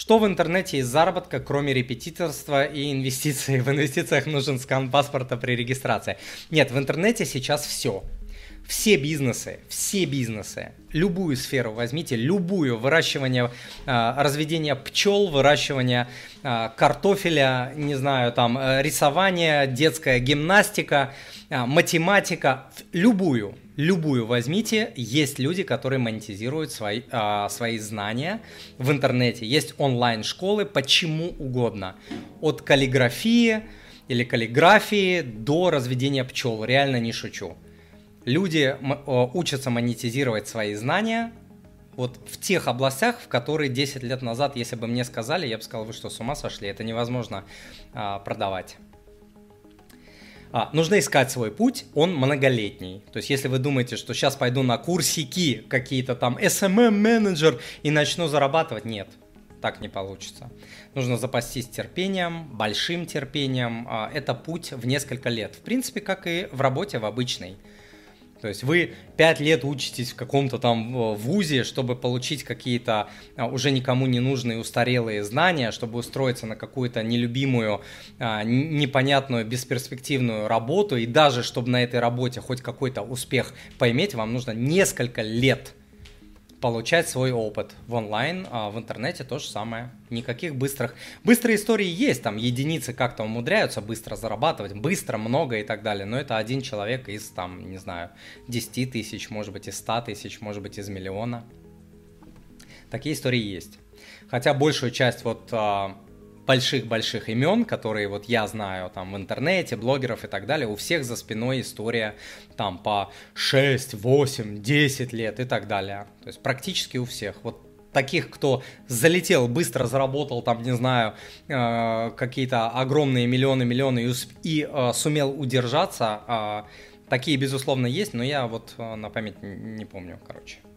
Что в интернете из заработка, кроме репетиторства и инвестиций? В инвестициях нужен скан паспорта при регистрации. Нет, в интернете сейчас все. Все бизнесы, любую сферу возьмите, любую, выращивание, разведение пчел, выращивание картофеля, не знаю, там, рисование, детская гимнастика, математика, любую возьмите, есть люди, которые монетизируют свои знания в интернете, есть онлайн-школы, почему угодно, от каллиграфии или каллиграфии до разведения пчел, реально не шучу. Люди учатся монетизировать свои знания вот в тех областях, в которые 10 лет назад, если бы мне сказали, я бы сказал, вы что, с ума сошли, это невозможно продавать. Нужно искать свой путь, он многолетний. То есть, если вы думаете, что сейчас пойду на курсики какие-то там SMM-менеджер и начну зарабатывать, нет, так не получится. Нужно запастись терпением, большим терпением. Это путь в несколько лет. В принципе, как и в работе, в обычной. То есть вы 5 лет учитесь в каком-то там вузе, чтобы получить какие-то уже никому не нужные устарелые знания, чтобы устроиться на какую-то нелюбимую, непонятную, бесперспективную работу. И даже чтобы на этой работе хоть какой-то успех поиметь, вам нужно несколько лет получать свой опыт в онлайн, а в интернете то же самое. Никаких быстрые истории есть, там единицы как-то умудряются быстро зарабатывать, быстро, много и так далее, но это один человек из, там, не знаю, 10 тысяч, может быть, из 100 тысяч, может быть, из миллиона. Такие истории есть. Хотя большую часть вот больших-больших имен, которые вот я знаю там в интернете, блогеров и так далее, у всех за спиной история там по 6, 8, 10 лет и так далее. То есть практически у всех. Вот таких, кто залетел, быстро заработал там, не знаю, какие-то огромные миллионы и сумел удержаться, такие, безусловно, есть, но я вот на память не помню, короче.